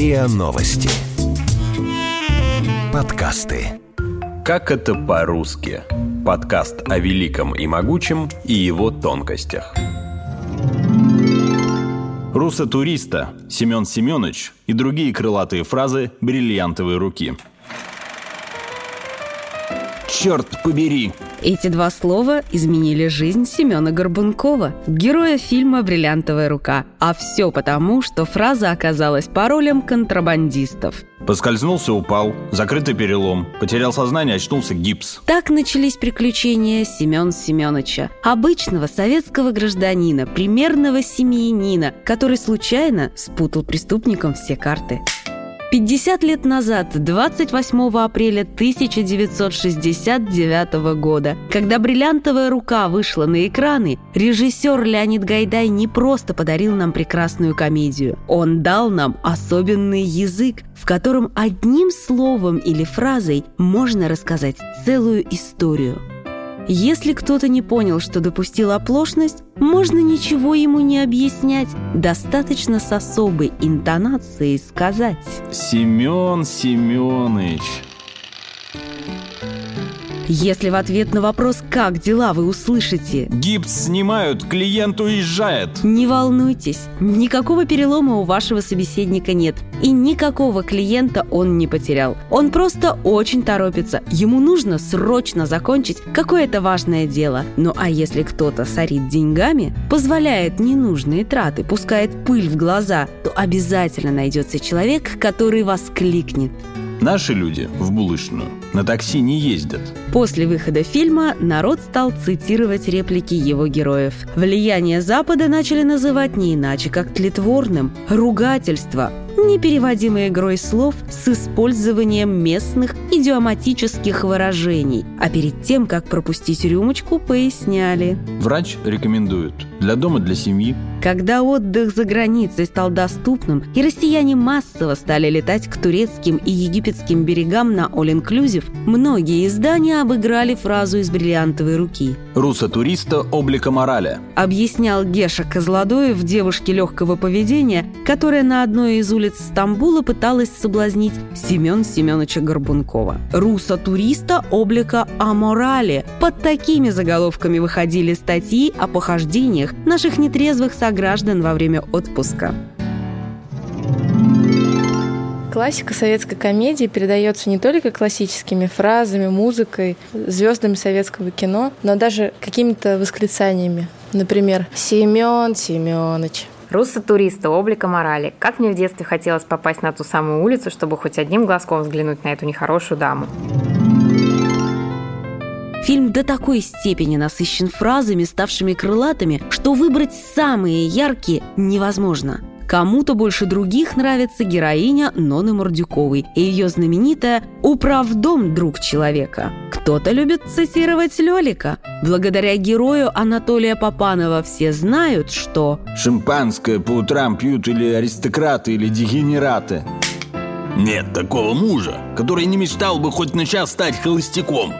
РИА Новости. Подкасты. Как это по-русски? Подкаст о великом и могучем и его тонкостях. Руссо-туриста, Семен Семенович и другие крылатые фразы бриллиантовой руки. Черт побери! Эти два слова изменили жизнь Семена Горбункова, героя фильма «Бриллиантовая рука». А все потому, что фраза оказалась паролем контрабандистов. Поскользнулся, упал, закрытый перелом, потерял сознание, очнулся, гипс. Так начались приключения Семена Семеновича, обычного советского гражданина, примерного семьянина, который случайно спутал преступникам все карты. 50 лет назад, 28 апреля 1969 года, когда «Бриллиантовая рука» вышла на экраны, режиссер Леонид Гайдай не просто подарил нам прекрасную комедию. Он дал нам особенный язык, в котором одним словом или фразой можно рассказать целую историю. Если кто-то не понял, что допустил оплошность, можно ничего ему не объяснять. Достаточно с особой интонацией сказать: Семен Семенович. Если в ответ на вопрос «как дела?» вы услышите: Гипс снимают, клиент уезжает. Не волнуйтесь, никакого перелома у вашего собеседника нет. И никакого клиента он не потерял. Он просто очень торопится. Ему нужно срочно закончить какое-то важное дело. Ну а если кто-то сорит деньгами, позволяет ненужные траты, пускает пыль в глаза, то обязательно найдется человек, который воскликнет: Наши люди в булочную на такси не ездят. После выхода фильма народ стал цитировать реплики его героев. Влияние Запада начали называть не иначе, как тлетворным. Ругательство, непереводимой игрой слов с использованием местных идиоматических выражений. А перед тем, как пропустить рюмочку, поясняли: Врач рекомендует для дома, для семьи. Когда отдых за границей стал доступным, и россияне массово стали летать к турецким и египетским берегам на all-inclusive, многие издания обыграли фразу из «Бриллиантовой руки». Руссо-туриста облика морали, объяснял Геша Козлодоев девушке легкого поведения, которая на одной из улиц Стамбула пыталась соблазнить Семена Семеновича Горбункова. Руссо-туриста облика аморали. Под такими заголовками выходили статьи о похождениях наших нетрезвых сограждан во время отпуска. Классика советской комедии передается не только классическими фразами, музыкой, звездами советского кино, но даже какими-то восклицаниями. Например, «Семен Семенович». Руссо-туриста облика морали. Как мне в детстве хотелось попасть на ту самую улицу, чтобы хоть одним глазком взглянуть на эту нехорошую даму. Фильм до такой степени насыщен фразами, ставшими крылатыми, что выбрать самые яркие невозможно. Кому-то больше других нравится героиня Ноны Мордюковой и ее знаменитая «Управдом, друг человека». Кто-то любит цитировать Лёлика. Благодаря герою Анатолия Папанова все знают, что шампанское по утрам пьют или аристократы, или дегенераты. Нет такого мужа, который не мечтал бы хоть на час стать холостяком.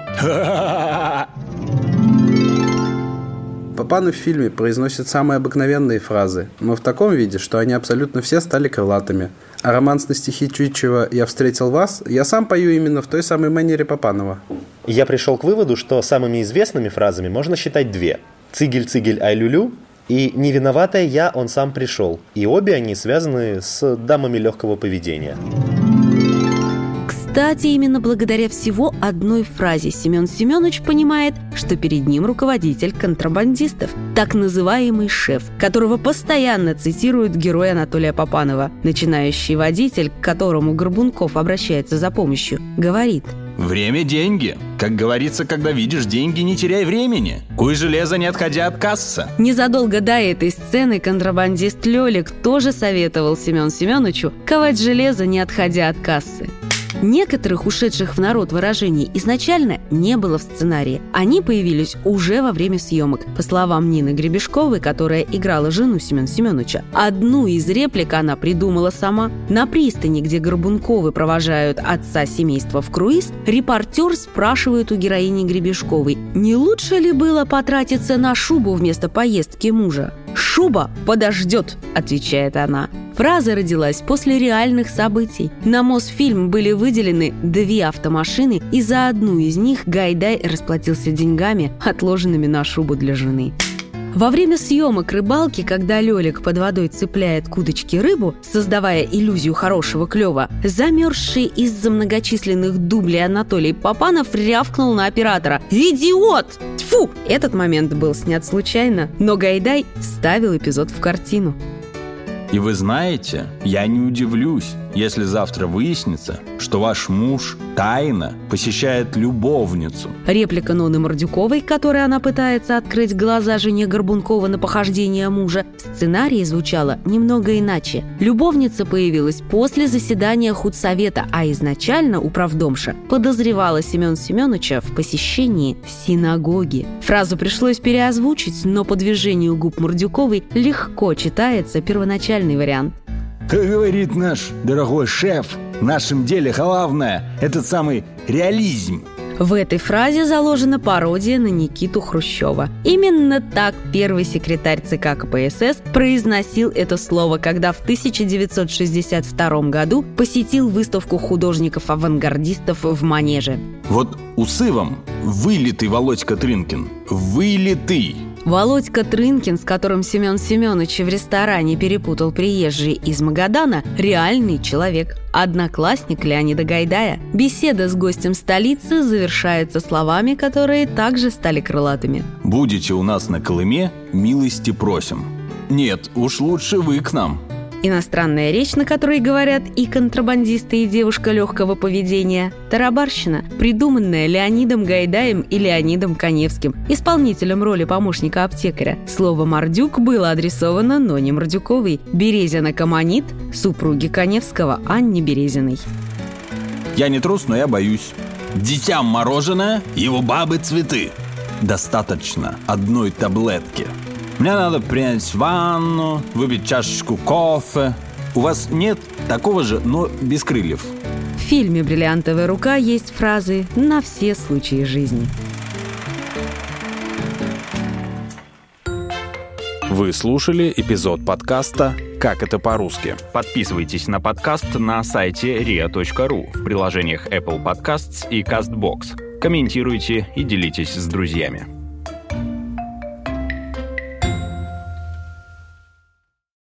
Папанов в фильме произносит самые обыкновенные фразы, но в таком виде, что они абсолютно все стали крылатыми. А романс на стихи Чуйчева «Я встретил вас» я сам пою именно в той самой манере Папанова. Я пришел к выводу, что самыми известными фразами можно считать две: «Цигель-цигель, ай-лю-лю» и «Не виноватая я, он сам пришел». И обе они связаны с дамами легкого поведения. Кстати, именно благодаря всего одной фразе Семен Семенович понимает, что перед ним руководитель контрабандистов, так называемый шеф, которого постоянно цитирует герой Анатолия Папанова. Начинающий водитель, к которому Горбунков обращается за помощью, говорит: Время – деньги. Как говорится, когда видишь деньги, не теряй времени. Куй железо, не отходя от кассы. Незадолго до этой сцены контрабандист Лёлик тоже советовал Семену Семеновичу ковать железо, не отходя от кассы. Некоторых ушедших в народ выражений изначально не было в сценарии. Они появились уже во время съемок. По словам Нины Гребешковой, которая играла жену Семена Семеновича, одну из реплик она придумала сама. На пристани, где Горбунковы провожают отца семейства в круиз, репортер спрашивает у героини Гребешковой: не лучше ли было потратиться на шубу вместо поездки мужа? «Шуба подождет», — отвечает она. Фраза родилась после реальных событий. На Мосфильм были выделены 2 автомашины, и за одну из них Гайдай расплатился деньгами, отложенными на шубу для жены. Во время съемок рыбалки, когда Лёлик под водой цепляет к удочке рыбу, создавая иллюзию хорошего клёва, замерзший из-за многочисленных дублей Анатолий Папанов рявкнул на оператора: «Идиот! Тьфу!» Этот момент был снят случайно, но Гайдай вставил эпизод в картину. И вы знаете, я не удивлюсь, если завтра выяснится, что ваш муж тайно посещает любовницу. Реплика Ноны Мордюковой, которой она пытается открыть глаза жене Горбункова на похождения мужа, в сценарии звучала немного иначе. Любовница появилась после заседания худсовета, а изначально управдомша подозревала Семена Семеновича в посещении синагоги. Фразу пришлось переозвучить, но по движению губ Мордюковой легко читается первоначальный вариант. Как говорит наш дорогой шеф, в нашем деле главное – этот самый реализм. В этой фразе заложена пародия на Никиту Хрущева. Именно так первый секретарь ЦК КПСС произносил это слово, когда в 1962 году посетил выставку художников-авангардистов в Манеже. Вот усы вам вылитый Володька Трынкин. Вылитый. Володька Трынкин, с которым Семен Семенович в ресторане перепутал приезжий из Магадана, реальный человек, одноклассник Леонида Гайдая. Беседа с гостем столицы завершается словами, которые также стали крылатыми. Будете у нас на Колыме, милости просим. Нет, уж лучше вы к нам. Иностранная речь, на которой говорят и контрабандисты, и девушка легкого поведения. Тарабарщина, придуманная Леонидом Гайдаем и Леонидом Каневским, исполнителем роли помощника аптекаря. Слово «мордюк» было адресовано Ноне Мордюковой. Березина Каманит, супруге Каневского Анне Березиной. Я не трус, но я боюсь. Дитям мороженое, его бабы цветы. Достаточно одной таблетки. Мне надо принять ванну, выпить чашечку кофе. У вас нет такого же, но без крыльев? В фильме «Бриллиантовая рука» есть фразы на все случаи жизни. Вы слушали эпизод подкаста «Как это по-русски». Подписывайтесь на подкаст на сайте ria.ru, в приложениях Apple Podcasts и CastBox. Комментируйте и делитесь с друзьями.